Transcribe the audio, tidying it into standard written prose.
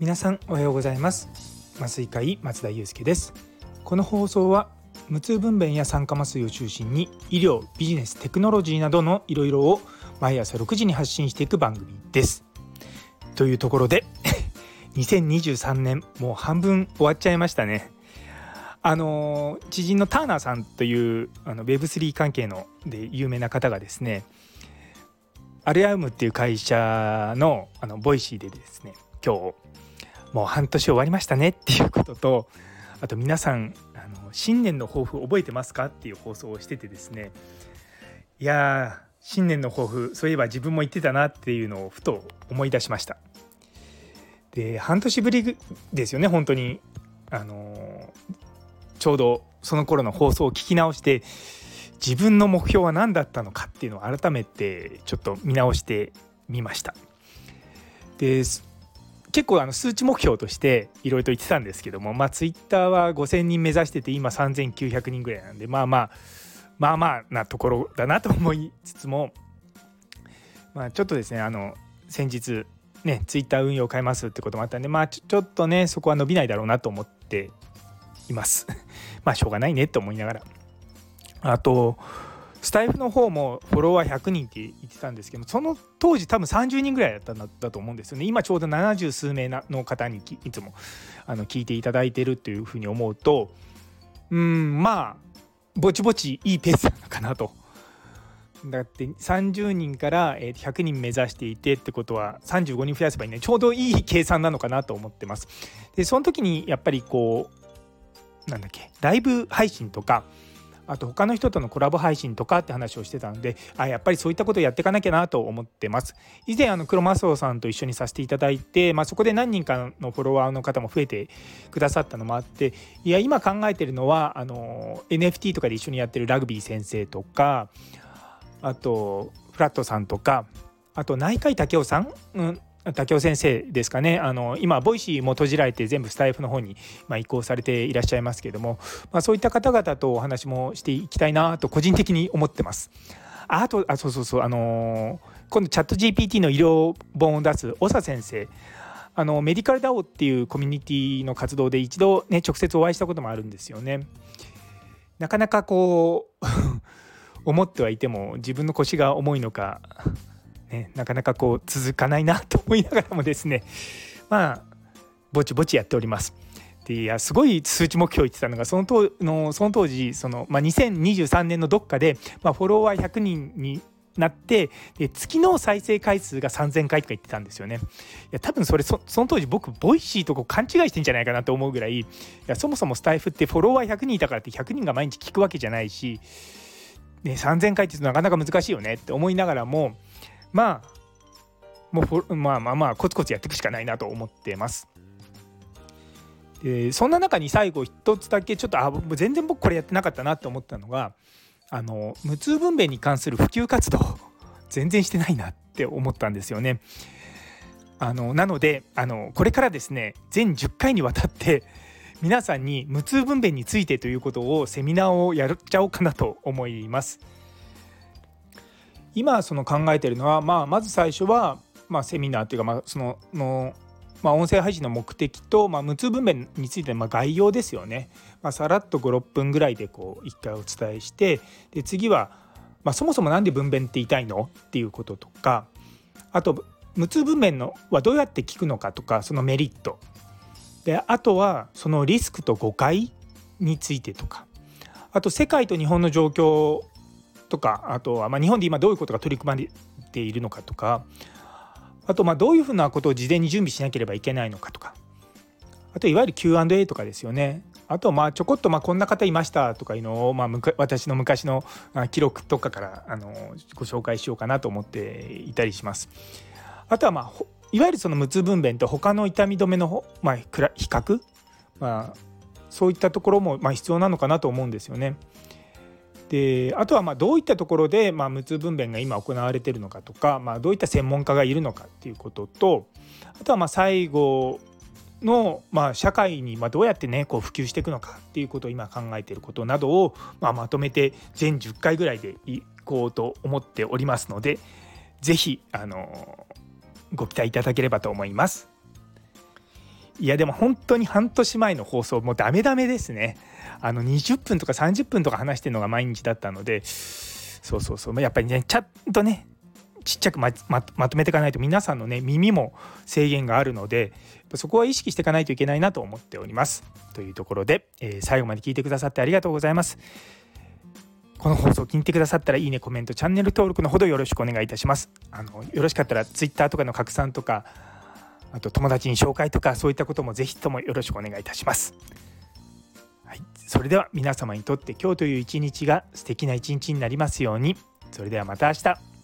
皆さんおはようございます。麻酔科医松田祐介です。この放送は無痛分娩や酸化麻酔を中心に医療、ビジネス、テクノロジーなどのいろいろを毎朝6時に発信していく番組です。というところで2023年もう半分終わっちゃいましたね。知人のターナーさんというWeb3 関係ので有名な方がですね、アルアウムっていう会社のボイシーでですね、今日もう半年終わりましたねっていうことと、あと皆さん新年の抱負覚えてますかっていう放送をしててですね、いや新年の抱負、そういえば自分も言ってたなっていうのをふと思い出しました。で、半年ぶりですよね、本当にちょうどその頃の放送を聞き直して、自分の目標は何だったのかっていうのを改めてちょっと見直してみました。で、結構数値目標としていろいろと言ってたんですけども、ツイッターは5000人目指してて今3900人ぐらいなんで、まあまあなところだなと思いつつも、ちょっとですね、先日ねツイッター運用を変えますってこともあったんで、ちょっとねそこは伸びないだろうなと思っていますしょうがないねと思いながら、あとスタイフの方もフォロワー100人って言ってたんですけども、その当時多分30人ぐらいだったんだと思うんですよね。今ちょうど70数名の方にいつも聞いていただいてるっていうふうに思うと、ぼちぼちいいペースなのかなと。だって30人から100人目指していてってことは35人増やせばいいね、ちょうどいい計算なのかなと思ってます。でその時にやっぱりライブ配信とか、あと他の人とのコラボ配信とかって話をしてたので、やっぱりそういったことをやっていかなきゃなと思ってます。以前黒マスオさんと一緒にさせていただいて、そこで何人かのフォロワーの方も増えてくださったのもあって、今考えてるのはNFT とかで一緒にやってるラグビー先生とか、あとフラットさんとか、あと内海武雄さん、武雄先生ですかね。今ボイシーも閉じられて全部スタイフの方に移行されていらっしゃいますけれども、そういった方々とお話もしていきたいなと個人的に思ってます。今度チャット GPT の医療本を出す長先生、メディカル DAO っていうコミュニティの活動で一度ね直接お会いしたこともあるんですよね。なかなか思ってはいても自分の腰が重いのかなかなか続かないなと思いながらもですね、ぼちぼちやっております。ですごい数値目標言ってたのが、その当時2023年のどっかで、フォロワー100人になって、月の再生回数が3000回とか言ってたんですよね。多分その当時僕ボイシーと勘違いしてんじゃないかなと思うぐらい、そもそもスタイフってフォロワー100人いたからって100人が毎日聞くわけじゃないし、3000回ってなかなか難しいよねって思いながらも、コツコツやっていくしかないなと思ってます。でそんな中に最後一つだけちょっと全然僕これやってなかったなと思ったのが、無痛分娩に関する普及活動全然してないなって思ったんですよね。なのでこれからですね、全10回にわたって皆さんに無痛分娩についてということをセミナーをやっちゃおうかなと思います。今考えているのは、まず最初は、セミナーというか、音声配信の目的と、無痛分娩についての概要ですよね。さらっと 5,6 分ぐらいで1回お伝えして、で次は、そもそもなんで分娩って痛いのっていうこととか、あと無痛分娩はどうやって効くのかとか、そのメリットで、あとはそのリスクと誤解についてとか、あと世界と日本の状況とか、あとは日本で今どういうことが取り組まれているのかとか、あとどういうふうなことを事前に準備しなければいけないのかとか、あといわゆる Q&A とかですよね。あとちょこっとこんな方いましたとかいうのを、私の昔の記録とかからご紹介しようかなと思っていたりします。あとはいわゆるその無痛分娩と他の痛み止めの比較、そういったところも必要なのかなと思うんですよね。であとはどういったところで無痛分娩が今行われているのかとか、どういった専門家がいるのかっていうことと、あとは最後の社会にどうやって普及していくのかっていうことを今考えていることなどをまとめて全10回ぐらいでいこうと思っておりますので、ぜひご期待いただければと思います。 いやでも本当に半年前の放送もうダメですね。20分とか30分とか話してるのが毎日だったので、そうやっぱりね、ちゃんとねちっちゃくまとめていかないと皆さんのね耳も制限があるので、そこは意識していかないといけないなと思っております。というところで、最後まで聞いてくださってありがとうございます。この放送を聞いてくださったらいいね、コメント、チャンネル登録のほどよろしくお願いいたします。よろしかったら Twitter とかの拡散とか、あと友達に紹介とか、そういったこともぜひともよろしくお願いいたします。はい、それでは皆様にとって今日という一日が素敵な一日になりますように。それではまた明日。